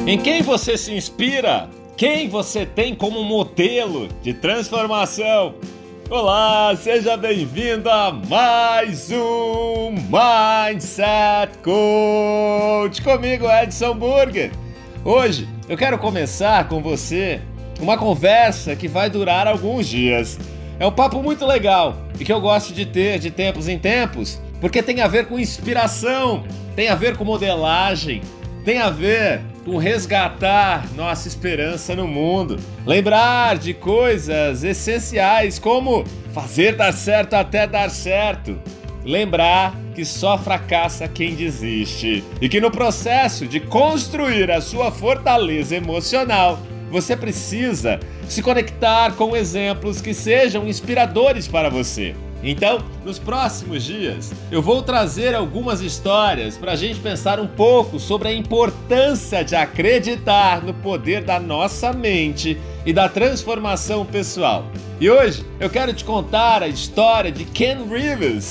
Em quem você se inspira? Quem você tem como modelo de transformação? Olá, seja bem-vindo a mais um Mindset Coach. Comigo, Edson Burger. Hoje eu quero começar com você uma conversa que vai durar alguns dias. É um papo muito legal e que eu gosto de ter de tempos em tempos, porque tem a ver com inspiração, tem a ver com modelagem, tem a ver com resgatar nossa esperança no mundo. Lembrar de coisas essenciais como fazer dar certo até dar certo. Lembrar que só fracassa quem desiste. E que no processo de construir a sua fortaleza emocional, você precisa se conectar com exemplos que sejam inspiradores para você. Então, nos próximos dias, eu vou trazer algumas histórias para a gente pensar um pouco sobre a importância de acreditar no poder da nossa mente e da transformação pessoal. E hoje eu quero te contar a história de Ken Reeves,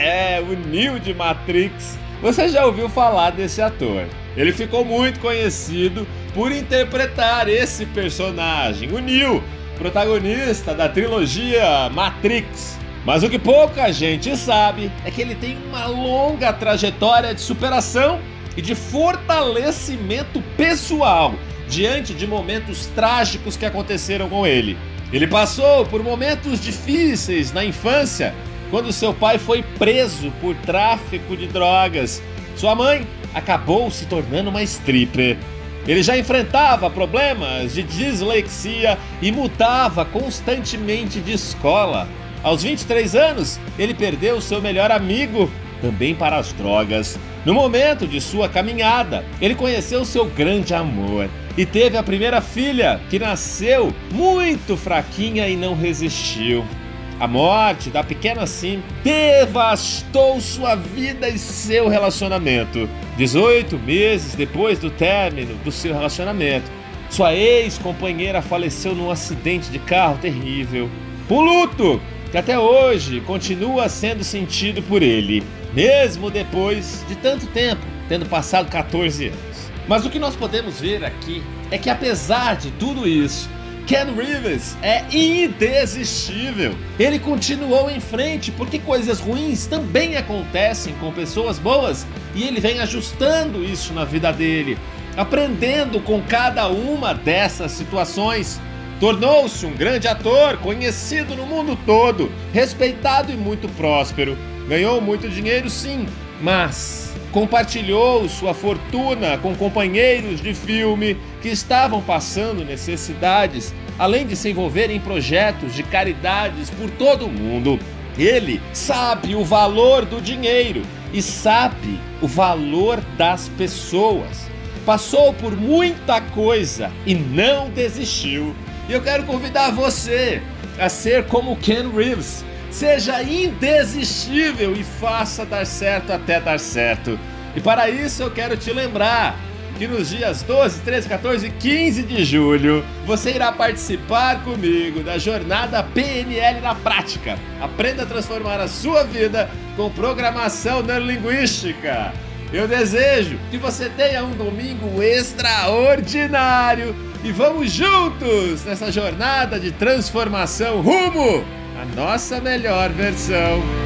o Neo de Matrix. Você já ouviu falar desse ator? Ele ficou muito conhecido por interpretar esse personagem, o Neo, protagonista da trilogia Matrix. Mas o que pouca gente sabe é que ele tem uma longa trajetória de superação e de fortalecimento pessoal diante de momentos trágicos que aconteceram com ele. Ele passou por momentos difíceis na infância, quando seu pai foi preso por tráfico de drogas. Sua mãe acabou se tornando uma stripper. Ele já enfrentava problemas de dislexia e mudava constantemente de escola. Aos 23 anos, ele perdeu seu melhor amigo, também para as drogas. No momento de sua caminhada, ele conheceu seu grande amor e teve a primeira filha, que nasceu muito fraquinha e não resistiu. A morte da pequena Sim devastou sua vida e seu relacionamento. 18 meses depois do término do seu relacionamento, sua ex-companheira faleceu num acidente de carro terrível. O luto que até hoje continua sendo sentido por ele, mesmo depois de tanto tempo, tendo passado 14 anos. Mas o que nós podemos ver aqui é que, apesar de tudo isso, Ken Reeves é indesistível. Ele continuou em frente porque coisas ruins também acontecem com pessoas boas e ele vem ajustando isso na vida dele, aprendendo com cada uma dessas situações. Tornou-se um grande ator, conhecido no mundo todo, respeitado e muito próspero. Ganhou muito dinheiro, sim, mas compartilhou sua fortuna com companheiros de filme que estavam passando necessidades, além de se envolver em projetos de caridades por todo o mundo. Ele sabe o valor do dinheiro e sabe o valor das pessoas. Passou por muita coisa e não desistiu. E eu quero convidar você a ser como Ken Reeves. Seja indesistível e faça dar certo até dar certo. E para isso eu quero te lembrar que nos dias 12, 13, 14 e 15 de julho você irá participar comigo da jornada PNL na prática. Aprenda a transformar a sua vida com programação neurolinguística. Eu desejo que você tenha um domingo extraordinário e vamos juntos nessa jornada de transformação rumo à nossa melhor versão.